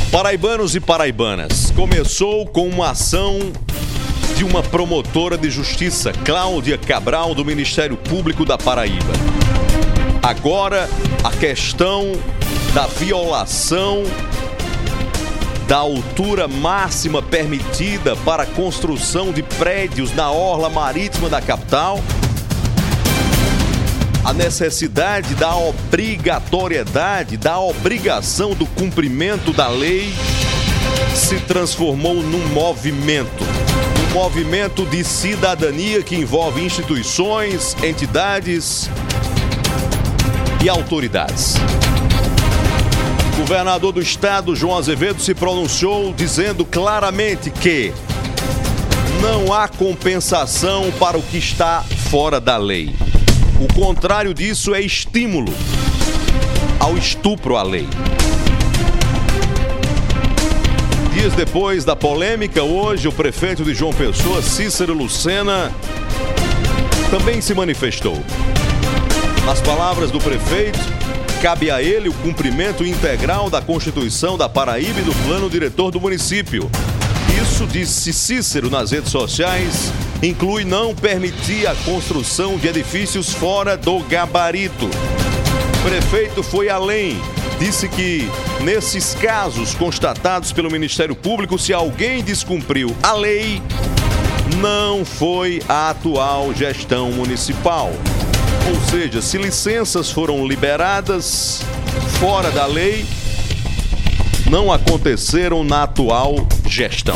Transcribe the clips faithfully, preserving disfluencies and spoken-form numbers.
Paraibanos e paraibanas, começou com uma ação de uma promotora de justiça, Cláudia Cabral, do Ministério Público da Paraíba. Agora, a questão da violação da altura máxima permitida para a construção de prédios na orla marítima da capital, a necessidade da obrigatoriedade, da obrigação do cumprimento da lei se transformou num movimento. Um movimento de cidadania que envolve instituições, entidades e autoridades. O governador do estado, João Azevedo, se pronunciou dizendo claramente que não há compensação para o que está fora da lei. O contrário disso é estímulo ao estupro à lei. Dias depois da polêmica, hoje o prefeito de João Pessoa, Cícero Lucena, também se manifestou. Nas palavras do prefeito, cabe a ele o cumprimento integral da Constituição da Paraíba e do plano diretor do município. Isso, disse Cícero nas redes sociais, inclui não permitir a construção de edifícios fora do gabarito. O prefeito foi além, disse que nesses casos constatados pelo Ministério Público, se alguém descumpriu a lei, não foi a atual gestão municipal. Ou seja, se licenças foram liberadas fora da lei, não aconteceram na atual gestão.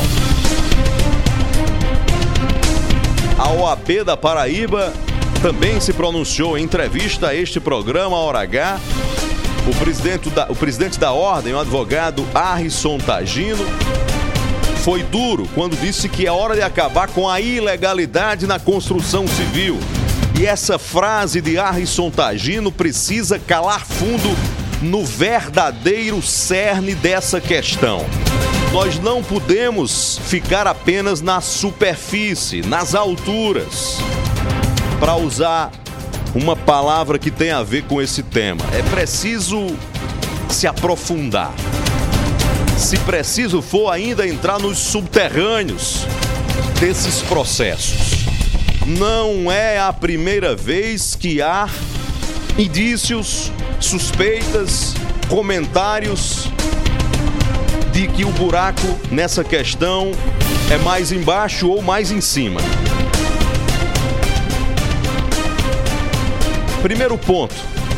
A O A B da Paraíba também se pronunciou em entrevista a este programa Hora H. O presidente da, o presidente da ordem, o advogado Arrisson Tagino, foi duro quando disse que é hora de acabar com a ilegalidade na construção civil. E essa frase de Arrisson Tagino precisa calar fundo no verdadeiro cerne dessa questão. Nós não podemos ficar apenas na superfície, nas alturas. Para usar uma palavra que tem a ver com esse tema, é preciso se aprofundar. Se preciso for ainda entrar nos subterrâneos desses processos. Não é a primeira vez que há indícios, suspeitas, comentários de que o buraco nessa questão é mais embaixo ou mais em cima. Primeiro ponto.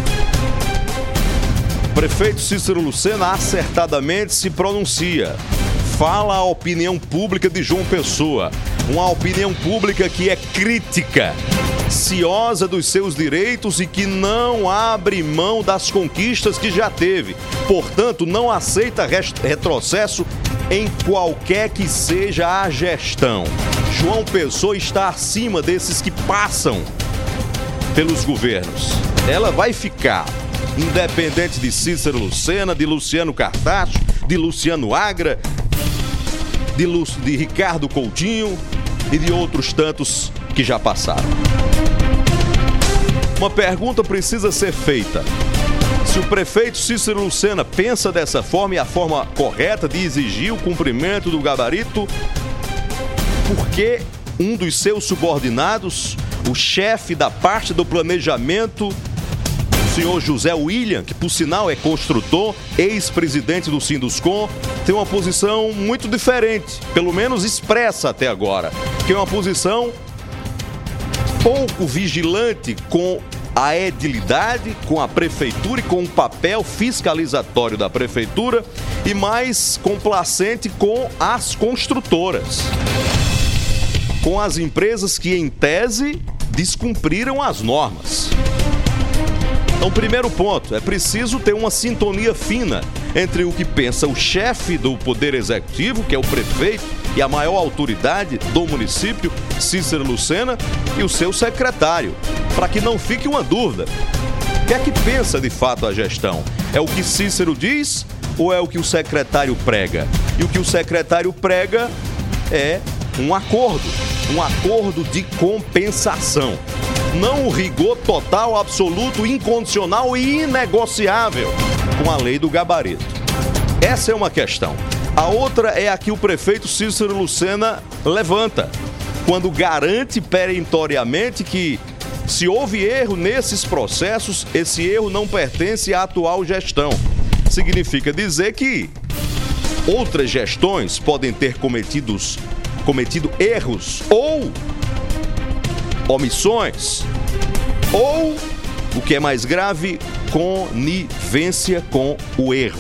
O prefeito Cícero Lucena acertadamente se pronuncia. Fala a opinião pública de João Pessoa. Uma opinião pública que é crítica, ciosa dos seus direitos e que não abre mão das conquistas que já teve. Portanto, não aceita retrocesso em qualquer que seja a gestão. João Pessoa está acima desses que passam pelos governos. Ela vai ficar independente de Cícero Lucena, de Luciano Cartacho, de Luciano Agra, de, Lu... de Ricardo Coutinho e de outros tantos que já passaram. Uma pergunta precisa ser feita. Se o prefeito Cícero Lucena pensa dessa forma e a forma correta de exigir o cumprimento do gabarito, por que um dos seus subordinados, o chefe da parte do planejamento, o senhor José William, que por sinal é construtor, ex-presidente do Sinduscom, tem uma posição muito diferente, pelo menos expressa até agora, que é uma posição pouco vigilante com a edilidade, com a prefeitura e com o papel fiscalizatório da prefeitura e mais complacente com as construtoras, com as empresas que, em tese, descumpriram as normas. Então, primeiro ponto, é preciso ter uma sintonia fina entre o que pensa o chefe do Poder Executivo, que é o prefeito e a maior autoridade do município, Cícero Lucena, e o seu secretário, para que não fique uma dúvida. O que é que pensa de fato a gestão? É o que Cícero diz ou é o que o secretário prega? E o que o secretário prega é um acordo, um acordo de compensação. Não o rigor total, absoluto, incondicional e inegociável com a lei do gabarito. Essa é uma questão. A outra é a que o prefeito Cícero Lucena levanta, quando garante perentoriamente que, se houve erro nesses processos, esse erro não pertence à atual gestão. Significa dizer que outras gestões podem ter cometidos, cometido erros ou omissões, ou, o que é mais grave, conivência com o erro.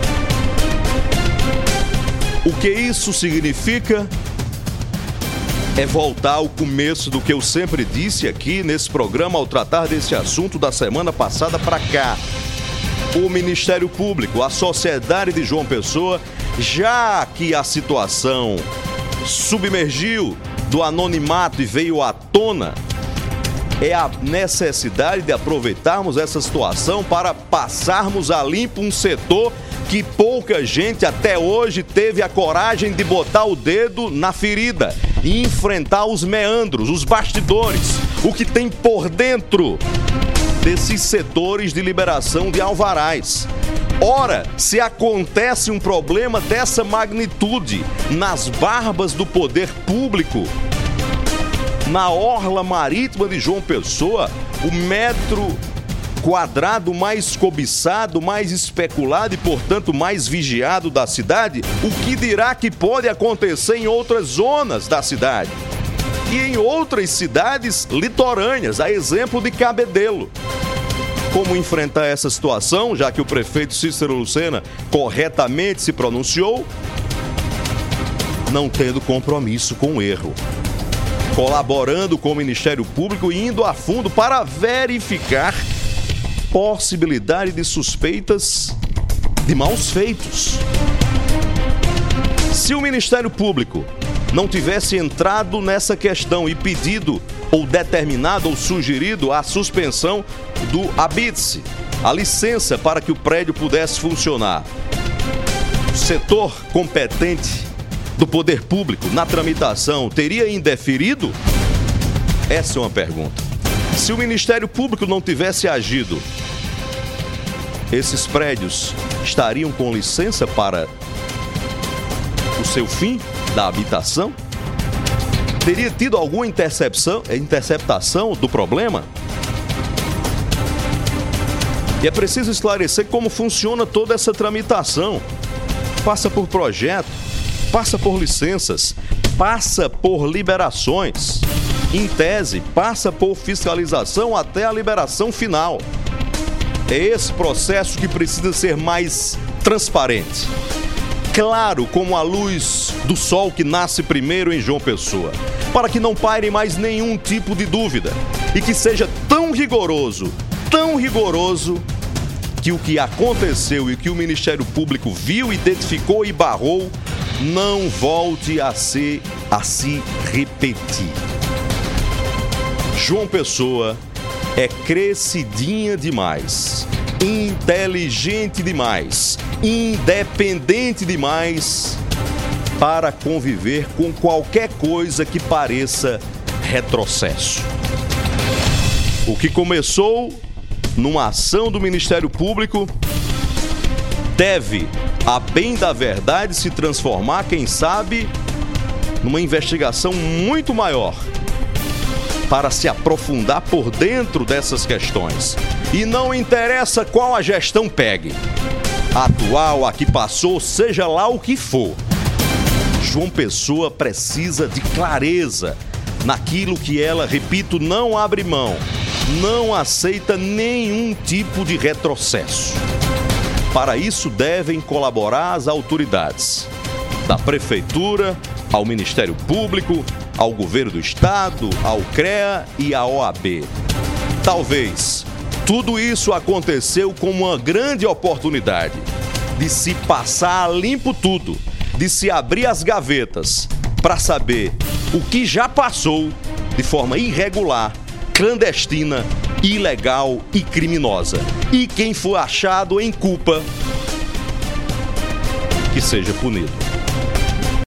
O que isso significa é voltar ao começo do que eu sempre disse aqui nesse programa ao tratar desse assunto da semana passada para cá. O Ministério Público, a sociedade de João Pessoa, já que a situação submergiu do anonimato e veio à tona, é a necessidade de aproveitarmos essa situação para passarmos a limpo um setor que pouca gente até hoje teve a coragem de botar o dedo na ferida e enfrentar os meandros, os bastidores, o que tem por dentro desses setores de liberação de alvarás. Ora, se acontece um problema dessa magnitude nas barbas do poder público, na orla marítima de João Pessoa, o metro quadrado mais cobiçado, mais especulado e, portanto, mais vigiado da cidade, o que dirá que pode acontecer em outras zonas da cidade e em outras cidades litorâneas, a exemplo de Cabedelo. Como enfrentar essa situação, já que o prefeito Cícero Lucena corretamente se pronunciou, não tendo compromisso com o erro, colaborando com o Ministério Público e indo a fundo para verificar possibilidade de suspeitas de maus feitos. Se o Ministério Público não tivesse entrado nessa questão e pedido ou determinado ou sugerido a suspensão do habite-se, a licença para que o prédio pudesse funcionar, o setor competente do poder público na tramitação teria indeferido? Essa é uma pergunta. Se o Ministério Público não tivesse agido, esses prédios estariam com licença para o seu fim da habitação? Teria tido alguma intercepção, interceptação do problema? E é preciso esclarecer como funciona toda essa tramitação. Passa por projeto, passa por licenças, passa por liberações. Em tese, passa por fiscalização até a liberação final. É esse processo que precisa ser mais transparente. Claro, como a luz do sol que nasce primeiro em João Pessoa, para que não paire mais nenhum tipo de dúvida e que seja tão rigoroso, tão rigoroso, que o que aconteceu e que o Ministério Público viu, identificou e barrou não volte a, ser, a se repetir. João Pessoa é crescidinha demais, inteligente demais, independente demais para conviver com qualquer coisa que pareça retrocesso. O que começou numa ação do Ministério Público deve, a bem da verdade, se transformar, quem sabe, numa investigação muito maior, para se aprofundar por dentro dessas questões. E não interessa qual a gestão pegue, a atual, a que passou, seja lá o que for. João Pessoa precisa de clareza naquilo que ela, repito, não abre mão, não aceita nenhum tipo de retrocesso. Para isso devem colaborar as autoridades, da Prefeitura ao Ministério Público, ao Governo do Estado, ao CREA e à O A B. Talvez tudo isso aconteceu como uma grande oportunidade de se passar a limpo tudo, de se abrir as gavetas para saber o que já passou de forma irregular, clandestina, ilegal e criminosa. E quem for achado em culpa, que seja punido.